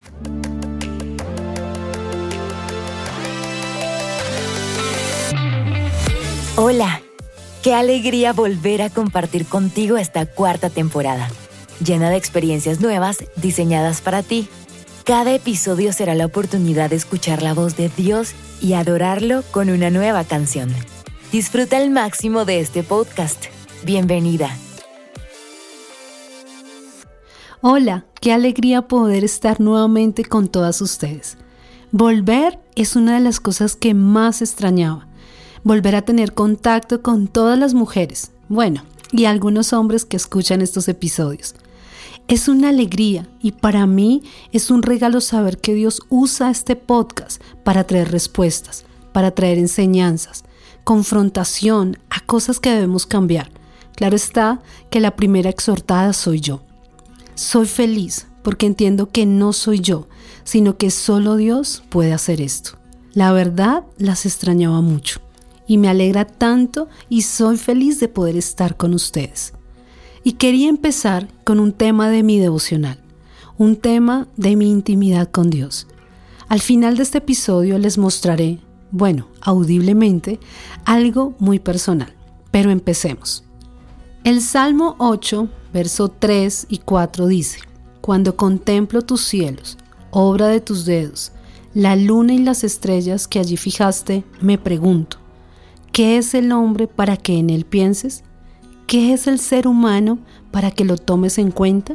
Hola, qué alegría volver a compartir contigo esta cuarta temporada, llena de experiencias nuevas diseñadas para ti. Cada episodio será la oportunidad de escuchar la voz de Dios y adorarlo con una nueva canción. Disfruta al máximo de este podcast. Bienvenida. Hola, qué alegría poder estar nuevamente con todas ustedes. Volver es una de las cosas que más extrañaba. Volver a tener contacto con todas las mujeres, y algunos hombres que escuchan estos episodios. Es una alegría y para mí es un regalo saber que Dios usa este podcast para traer respuestas, para traer enseñanzas, confrontación a cosas que debemos cambiar. Claro está que la primera exhortada soy yo. Soy feliz porque entiendo que no soy yo, sino que solo Dios puede hacer esto. La verdad, las extrañaba mucho. Y me alegra tanto y soy feliz de poder estar con ustedes. Y quería empezar con un tema de mi devocional, un tema de mi intimidad con Dios. Al final de este episodio les mostraré, audiblemente, algo muy personal. Pero empecemos. El Salmo 8, verso 3 y 4 dice: Cuando contemplo tus cielos, obra de tus dedos, la luna y las estrellas que allí fijaste, me pregunto, ¿qué es el hombre para que en él pienses? ¿Qué es el ser humano para que lo tomes en cuenta?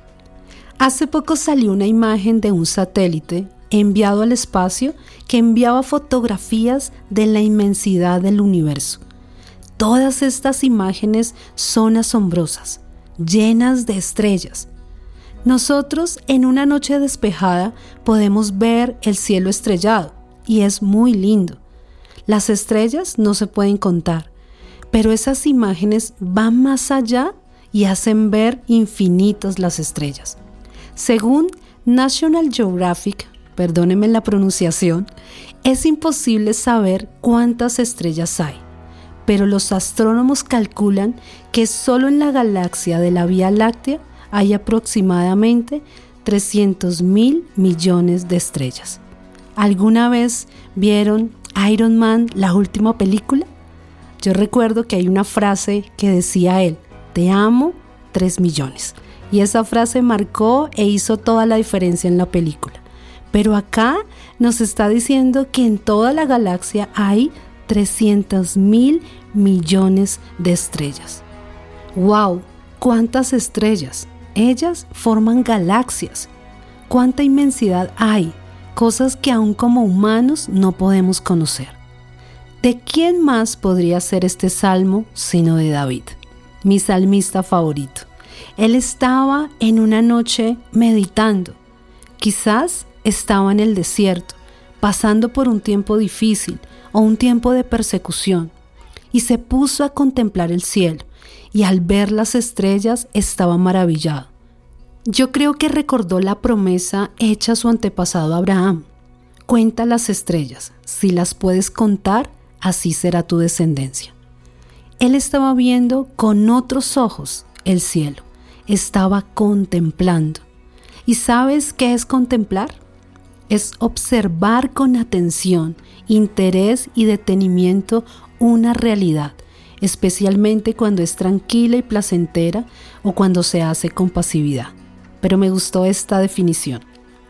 Hace poco salió una imagen de un satélite enviado al espacio que enviaba fotografías de la inmensidad del universo. Todas estas imágenes son asombrosas, llenas de estrellas. Nosotros en una noche despejada podemos ver el cielo estrellado y es muy lindo. Las estrellas no se pueden contar, pero esas imágenes van más allá y hacen ver infinitas las estrellas. Según National Geographic, perdónenme la pronunciación, es imposible saber cuántas estrellas hay, pero los astrónomos calculan que solo en la galaxia de la Vía Láctea hay aproximadamente 300.000 millones de estrellas. ¿Alguna vez vieron Iron Man, la última película? Yo recuerdo que hay una frase que decía él: te amo 3 millones. Y esa frase marcó e hizo toda la diferencia en la película. Pero acá nos está diciendo que en toda la galaxia hay 300.000 millones de estrellas. ¡Wow! ¿Cuántas estrellas? Ellas forman galaxias. ¿Cuánta inmensidad hay? Cosas que aún como humanos no podemos conocer. ¿De quién más podría ser este salmo sino de David, mi salmista favorito? Él estaba en una noche meditando. Quizás estaba en el desierto, pasando por un tiempo difícil o un tiempo de persecución, y se puso a contemplar el cielo, y al ver las estrellas estaba maravillado. Yo creo que recordó la promesa hecha a su antepasado Abraham. Cuenta las estrellas, si las puedes contar, así será tu descendencia. Él estaba viendo con otros ojos el cielo, estaba contemplando. ¿Y sabes qué es contemplar? Es observar con atención, interés y detenimiento una realidad, especialmente cuando es tranquila y placentera o cuando se hace con pasividad. Pero me gustó esta definición.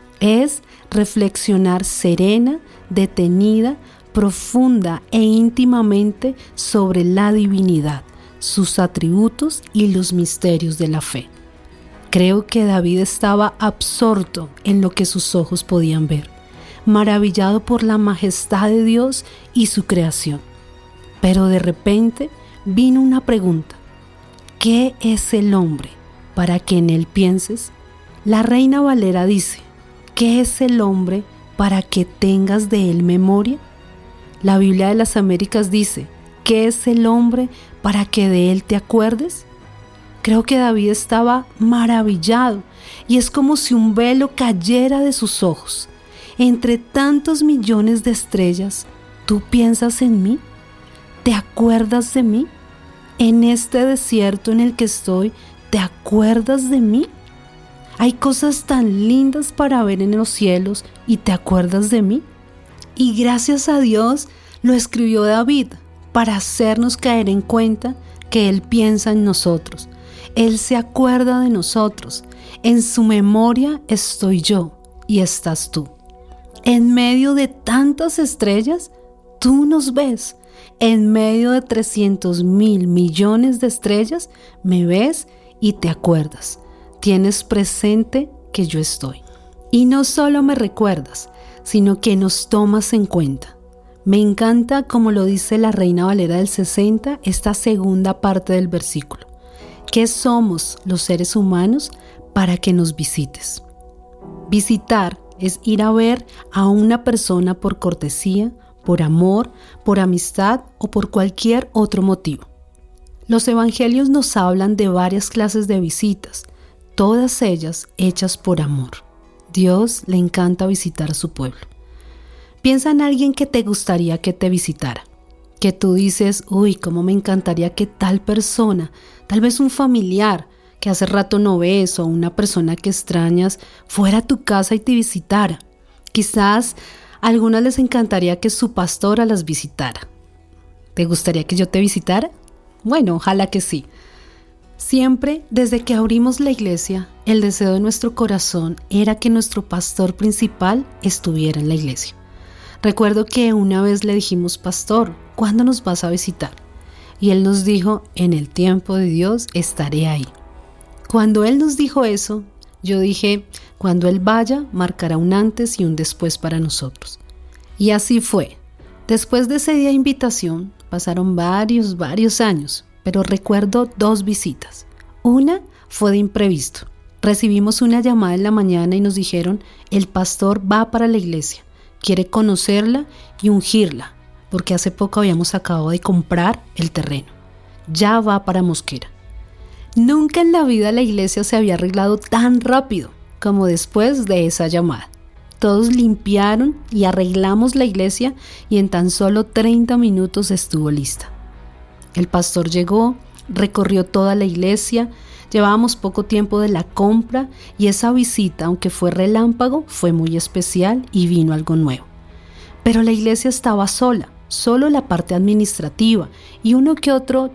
Es reflexionar serena, detenida, profunda e íntimamente sobre la divinidad, sus atributos y los misterios de la fe. Creo que David estaba absorto en lo que sus ojos podían ver, maravillado por la majestad de Dios y su creación. Pero de repente vino una pregunta: ¿qué es el hombre para que en él pienses? La Reina Valera dice: ¿qué es el hombre para que tengas de él memoria? La Biblia de las Américas dice: ¿qué es el hombre para que de él te acuerdes? Creo que David estaba maravillado y es como si un velo cayera de sus ojos. Entre tantos millones de estrellas, ¿tú piensas en mí? ¿Te acuerdas de mí? En este desierto en el que estoy, ¿te acuerdas de mí? Hay cosas tan lindas para ver en los cielos y te acuerdas de mí. Y gracias a Dios lo escribió David para hacernos caer en cuenta que Él piensa en nosotros. Él se acuerda de nosotros. En su memoria estoy yo y estás tú. En medio de tantas estrellas, tú nos ves. En medio de 300,000 millones de estrellas, me ves y te acuerdas. Tienes presente que yo estoy. Y no solo me recuerdas, sino que nos tomas en cuenta. Me encanta como lo dice la Reina Valera del 60, esta segunda parte del versículo. ¿Qué somos los seres humanos para que nos visites? Visitar es ir a ver a una persona por cortesía, por amor, por amistad o por cualquier otro motivo. Los evangelios nos hablan de varias clases de visitas, todas ellas hechas por amor. Dios le encanta visitar a su pueblo. Piensa en alguien que te gustaría que te visitara, que tú dices, uy, cómo me encantaría que tal persona, tal vez un familiar que hace rato no ves o una persona que extrañas, fuera a tu casa y te visitara. Quizás a algunas les encantaría que su pastora las visitara. ¿Te gustaría que yo te visitara? Bueno, ojalá que sí. Siempre, desde que abrimos la iglesia, el deseo de nuestro corazón era que nuestro pastor principal estuviera en la iglesia. Recuerdo que una vez le dijimos, pastor, ¿cuándo nos vas a visitar? Y él nos dijo, en el tiempo de Dios estaré ahí. Cuando él nos dijo eso, yo dije, cuando él vaya, marcará un antes y un después para nosotros. Y así fue. Después de ese día de invitación, pasaron varios años, pero recuerdo 2 visitas. Una fue de imprevisto. Recibimos una llamada en la mañana y nos dijeron, el pastor va para la iglesia. Quiere conocerla y ungirla, porque hace poco habíamos acabado de comprar el terreno. Ya va para Mosquera. Nunca en la vida la iglesia se había arreglado tan rápido como después de esa llamada. Todos limpiaron y arreglamos la iglesia y en tan solo 30 minutos estuvo lista. El pastor llegó, recorrió toda la iglesia. Llevábamos poco tiempo de la compra y esa visita, aunque fue relámpago, fue muy especial y vino algo nuevo. Pero la iglesia estaba sola, solo la parte administrativa y uno que otro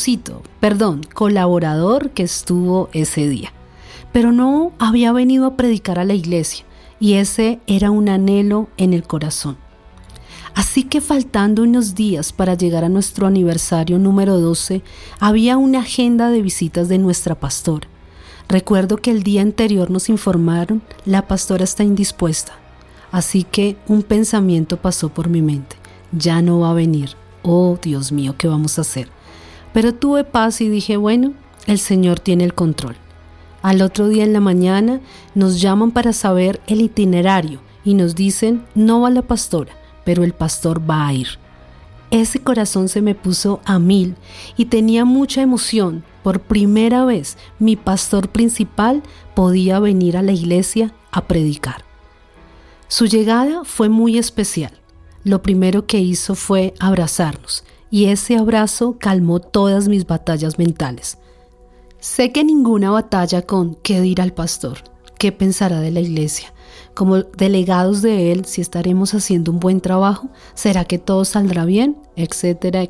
colaborador que estuvo ese día. Pero no había venido a predicar a la iglesia y ese era un anhelo en el corazón. Así que faltando unos días para llegar a nuestro aniversario número 12, había una agenda de visitas de nuestra pastora. Recuerdo que el día anterior nos informaron, la pastora está indispuesta. Así que un pensamiento pasó por mi mente, ya no va a venir. Oh, Dios mío, ¿qué vamos a hacer? Pero tuve paz y dije, bueno, el Señor tiene el control. Al otro día en la mañana nos llaman para saber el itinerario y nos dicen, no va la pastora, pero el pastor va a ir. Ese corazón se me puso a 1000 y tenía mucha emoción. Por primera vez, mi pastor principal podía venir a la iglesia a predicar. Su llegada fue muy especial. Lo primero que hizo fue abrazarnos y ese abrazo calmó todas mis batallas mentales. Sé que ninguna batalla con ¿qué dirá el pastor? ¿Qué pensará de la iglesia? Como delegados de él, si estaremos haciendo un buen trabajo, ¿será que todo saldrá bien? Etcétera.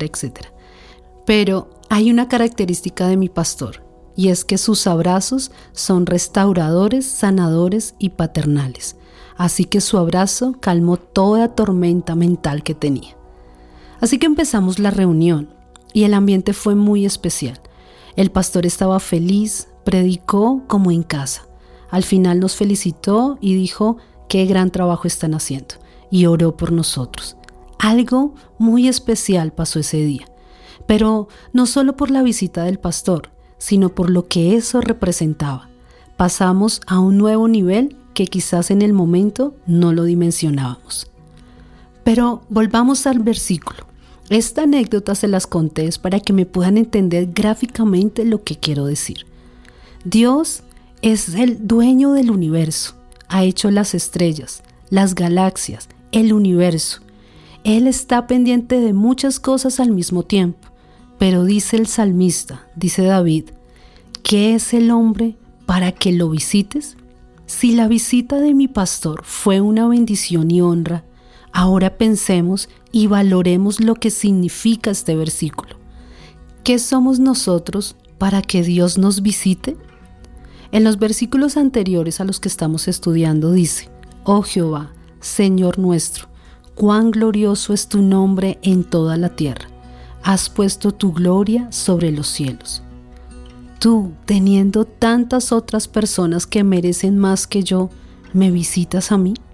Pero hay una característica de mi pastor, y es que sus abrazos son restauradores, sanadores y paternales. Así que su abrazo calmó toda tormenta mental que tenía. Así que empezamos la reunión, y el ambiente fue muy especial. El pastor estaba feliz, predicó como en casa. Al final nos felicitó y dijo qué gran trabajo están haciendo y oró por nosotros. Algo muy especial pasó ese día, pero no solo por la visita del pastor, sino por lo que eso representaba. Pasamos a un nuevo nivel que quizás en el momento no lo dimensionábamos. Pero volvamos al versículo. Esta anécdota se las conté para que me puedan entender gráficamente lo que quiero decir. Dios es el dueño del universo, ha hecho las estrellas, las galaxias, el universo. Él está pendiente de muchas cosas al mismo tiempo, pero dice el salmista, dice David, ¿qué es el hombre para que lo visites? Si la visita de mi pastor fue una bendición y honra, ahora pensemos y valoremos lo que significa este versículo. ¿Qué somos nosotros para que Dios nos visite? En los versículos anteriores a los que estamos estudiando dice: Oh Jehová, Señor nuestro, cuán glorioso es tu nombre en toda la tierra. Has puesto tu gloria sobre los cielos. Tú, teniendo tantas otras personas que merecen más que yo, ¿me visitas a mí?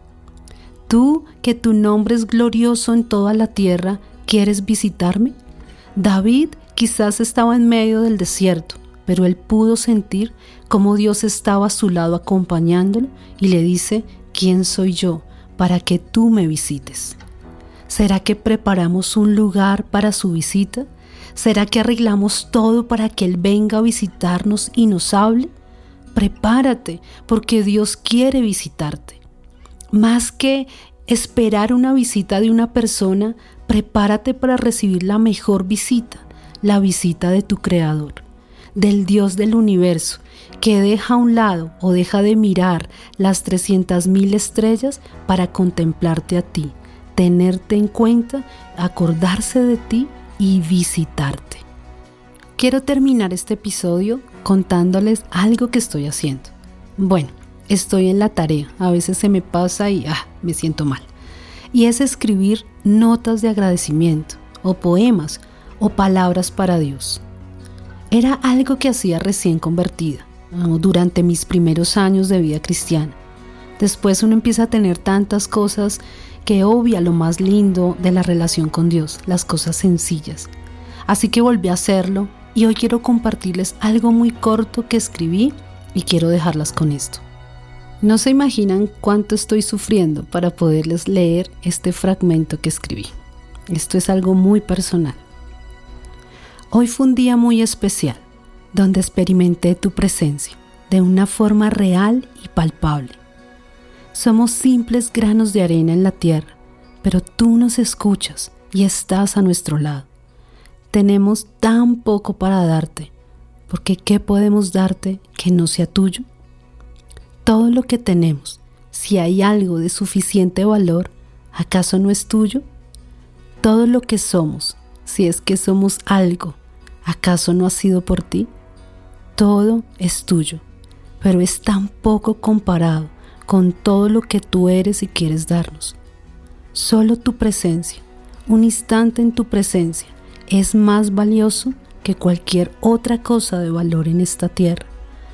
Tú, que tu nombre es glorioso en toda la tierra, ¿quieres visitarme? David quizás estaba en medio del desierto, pero él pudo sentir cómo Dios estaba a su lado acompañándolo y le dice: ¿Quién soy yo para que tú me visites? ¿Será que preparamos un lugar para su visita? ¿Será que arreglamos todo para que Él venga a visitarnos y nos hable? Prepárate, porque Dios quiere visitarte. Más que esperar una visita de una persona, prepárate para recibir la mejor visita, la visita de tu Creador, del Dios del universo, que deja a un lado o deja de mirar las 300,000 estrellas para contemplarte a ti, tenerte en cuenta, acordarse de ti y visitarte. Quiero terminar este episodio contándoles algo que estoy haciendo. Bueno, estoy en la tarea, a veces se me pasa y me siento mal. Y es escribir notas de agradecimiento, o poemas, o palabras para Dios. Era algo que hacía recién convertida, durante mis primeros años de vida cristiana. Después uno empieza a tener tantas cosas que obvia lo más lindo de la relación con Dios, las cosas sencillas. Así que volví a hacerlo y hoy quiero compartirles algo muy corto que escribí y quiero dejarlas con esto. No se imaginan cuánto estoy sufriendo para poderles leer este fragmento que escribí. Esto es algo muy personal. Hoy fue un día muy especial, donde experimenté tu presencia de una forma real y palpable. Somos simples granos de arena en la tierra, pero tú nos escuchas y estás a nuestro lado. Tenemos tan poco para darte, porque ¿qué podemos darte que no sea tuyo? Todo lo que tenemos, si hay algo de suficiente valor, ¿acaso no es tuyo? Todo lo que somos, si es que somos algo, ¿acaso no ha sido por ti? Todo es tuyo, pero es tan poco comparado con todo lo que tú eres y quieres darnos. Solo tu presencia, un instante en tu presencia, es más valioso que cualquier otra cosa de valor en esta tierra.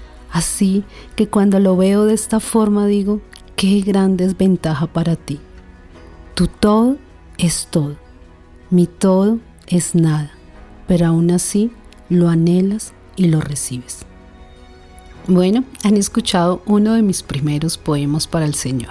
Así que cuando lo veo de esta forma digo, qué gran desventaja para ti. Tu todo es todo, mi todo es nada, pero aún así lo anhelas y lo recibes. Bueno, han escuchado uno de mis primeros poemas para el Señor.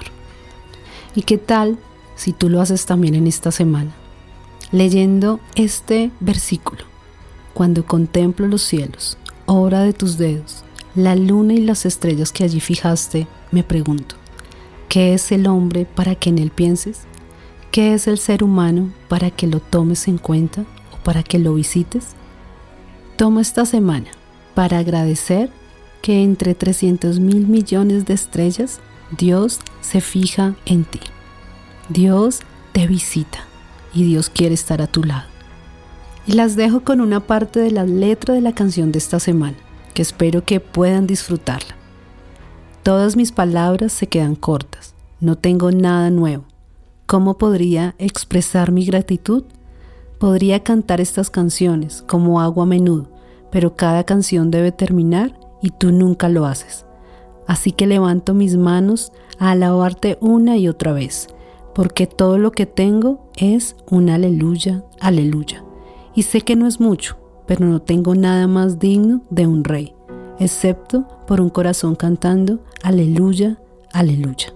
¿Y qué tal si tú lo haces también en esta semana? Leyendo este versículo: cuando contemplo los cielos, obra de tus dedos, la luna y las estrellas que allí fijaste, me pregunto, ¿qué es el hombre para que en él pienses? ¿Qué es el ser humano para que lo tomes en cuenta o para que lo visites? Toma esta semana para agradecer que entre 300,000 millones de estrellas, Dios se fija en ti. Dios te visita y Dios quiere estar a tu lado. Y las dejo con una parte de la letra de la canción de esta semana, que espero que puedan disfrutarla. Todas mis palabras se quedan cortas, no tengo nada nuevo. ¿Cómo podría expresar mi gratitud? Podría cantar estas canciones como hago a menudo, pero cada canción debe terminar y tú nunca lo haces. Así que levanto mis manos a alabarte una y otra vez, porque todo lo que tengo es un aleluya, aleluya. Y sé que no es mucho, pero no tengo nada más digno de un rey, excepto por un corazón cantando aleluya, aleluya.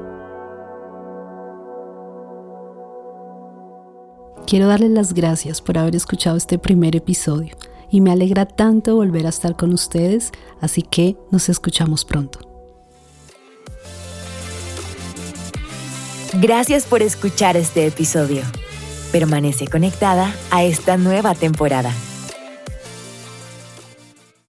Quiero darles las gracias por haber escuchado este primer episodio. Y me alegra tanto volver a estar con ustedes, así que nos escuchamos pronto. Gracias por escuchar este episodio. Permanece conectada a esta nueva temporada.